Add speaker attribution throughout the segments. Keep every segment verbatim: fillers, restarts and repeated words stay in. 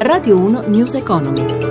Speaker 1: Radio uno News Economy.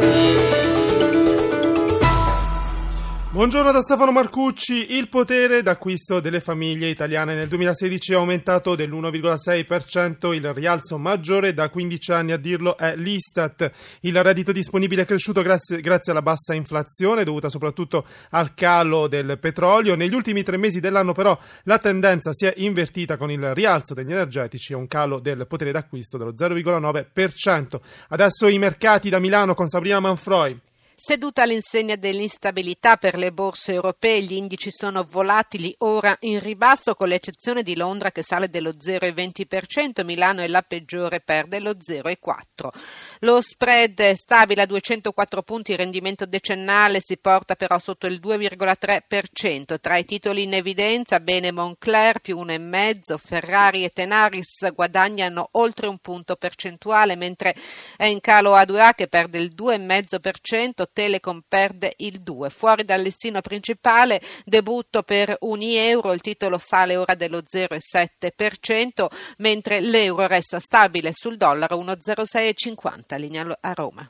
Speaker 2: Buongiorno da Stefano Marcucci. Il potere d'acquisto delle famiglie italiane nel duemilasedici è aumentato dell'uno virgola sei per cento, il rialzo maggiore da quindici anni, a dirlo è l'Istat. Il reddito disponibile è cresciuto grazie, grazie alla bassa inflazione dovuta soprattutto al calo del petrolio. Negli ultimi tre mesi dell'anno però la tendenza si è invertita con il rialzo degli energetici e un calo del potere d'acquisto dello zero virgola nove per cento. Adesso i mercati da Milano con Sabrina Manfroi.
Speaker 3: Seduta all'insegna dell'instabilità per le borse europee, gli indici sono volatili, ora in ribasso, con l'eccezione di Londra che sale dello zero virgola venti per cento, Milano è la peggiore, perde lo zero virgola quattro per cento. Lo spread è stabile a duecentoquattro punti, il rendimento decennale si porta però sotto il due virgola tre per cento. Tra i titoli in evidenza, bene Moncler più uno virgola cinque, Ferrari e Tenaris guadagnano oltre un punto percentuale, mentre è in calo A due A che perde il due virgola cinque per cento. Telecom perde il due. Fuori dal listino principale, debutto per Unieuro, il titolo sale ora dello zero virgola sette per cento, mentre l'euro resta stabile sul dollaro uno virgola zero sei cinquanta, linea a Roma.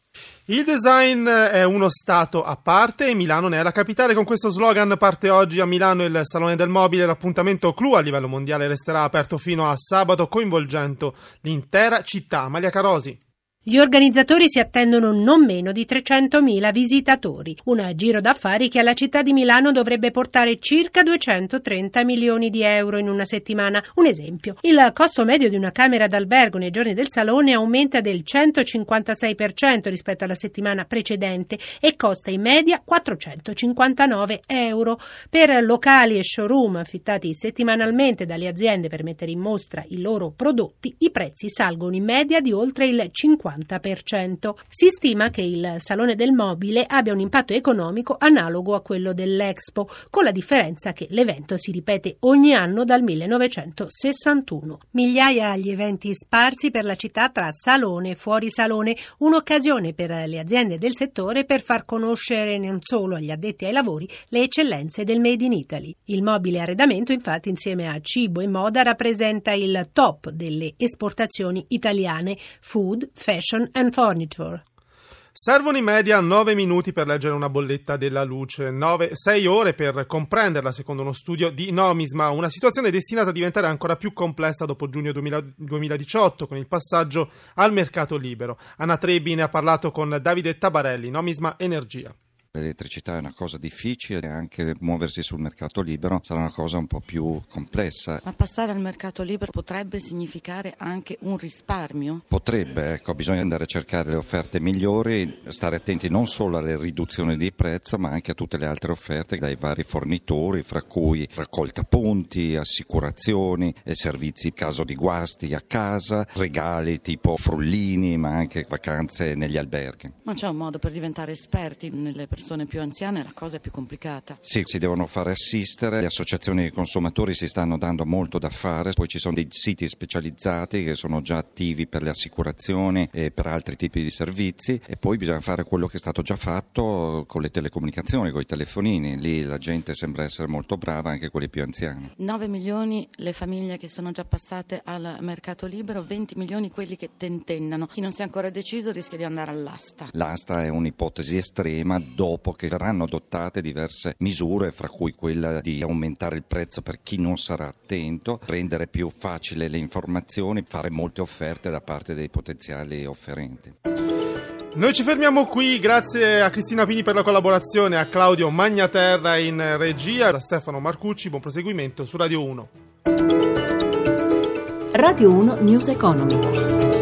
Speaker 2: Il design è uno stato a parte e Milano ne è la capitale. Con questo slogan parte oggi a Milano il Salone del Mobile. L'appuntamento clou a livello mondiale resterà aperto fino a sabato, coinvolgendo l'intera città. Malia Carosi.
Speaker 4: Gli organizzatori si attendono non meno di trecentomila visitatori, un giro d'affari che alla città di Milano dovrebbe portare circa duecentotrenta milioni di euro in una settimana. Un esempio: il costo medio di una camera d'albergo nei giorni del salone aumenta del centocinquantasei per cento rispetto alla settimana precedente e costa in media quattrocentocinquantanove euro. Per locali e showroom affittati settimanalmente dalle aziende per mettere in mostra i loro prodotti, i prezzi salgono in media di oltre il cinquanta per cento. Si stima che il Salone del Mobile abbia un impatto economico analogo a quello dell'Expo, con la differenza che l'evento si ripete ogni anno dal millenovecentosessantuno. Migliaia gli eventi sparsi per la città tra salone e fuori salone, un'occasione per le aziende del settore per far conoscere non solo agli addetti ai lavori le eccellenze del Made in Italy. Il mobile arredamento, infatti, insieme a cibo e moda, rappresenta il top delle esportazioni italiane: food, fashion and furniture.
Speaker 2: Servono in media nove minuti per leggere una bolletta della luce, sei ore per comprenderla, secondo uno studio di Nomisma, una situazione destinata a diventare ancora più complessa dopo giugno duemiladiciotto con il passaggio al mercato libero. Anna Trebbi ne ha parlato con Davide Tabarelli, Nomisma Energia.
Speaker 5: L'elettricità è una cosa difficile e anche muoversi sul mercato libero sarà una cosa un po' più complessa.
Speaker 6: Ma passare al mercato libero potrebbe significare anche un risparmio?
Speaker 5: Potrebbe, ecco, bisogna andare a cercare le offerte migliori, stare attenti non solo alle riduzioni di prezzo ma anche a tutte le altre offerte dai vari fornitori, fra cui raccolta punti, assicurazioni, e servizi in caso di guasti a casa, regali tipo frullini ma anche vacanze negli alberghi.
Speaker 6: Ma c'è un modo per diventare esperti nelle persone più anziane? La cosa è più complicata.
Speaker 5: Sì, si devono fare assistere, le associazioni dei consumatori si stanno dando molto da fare, poi ci sono dei siti specializzati che sono già attivi per le assicurazioni e per altri tipi di servizi, e poi bisogna fare quello che è stato già fatto con le telecomunicazioni, con i telefonini. Lì la gente sembra essere molto brava, anche quelli più anziani.
Speaker 6: nove milioni le famiglie che sono già passate al mercato libero, venti milioni quelli che tentennano. Chi non si è ancora deciso rischia di andare all'asta.
Speaker 5: L'asta è un'ipotesi estrema dopo che verranno adottate diverse misure, fra cui quella di aumentare il prezzo per chi non sarà attento, rendere più facile le informazioni, fare molte offerte da parte dei potenziali offerenti.
Speaker 2: Noi ci fermiamo qui, grazie a Cristina Pini per la collaborazione, a Claudio Magnaterra in regia, da Stefano Marcucci. Buon proseguimento su Radio uno.
Speaker 1: Radio uno News Economy.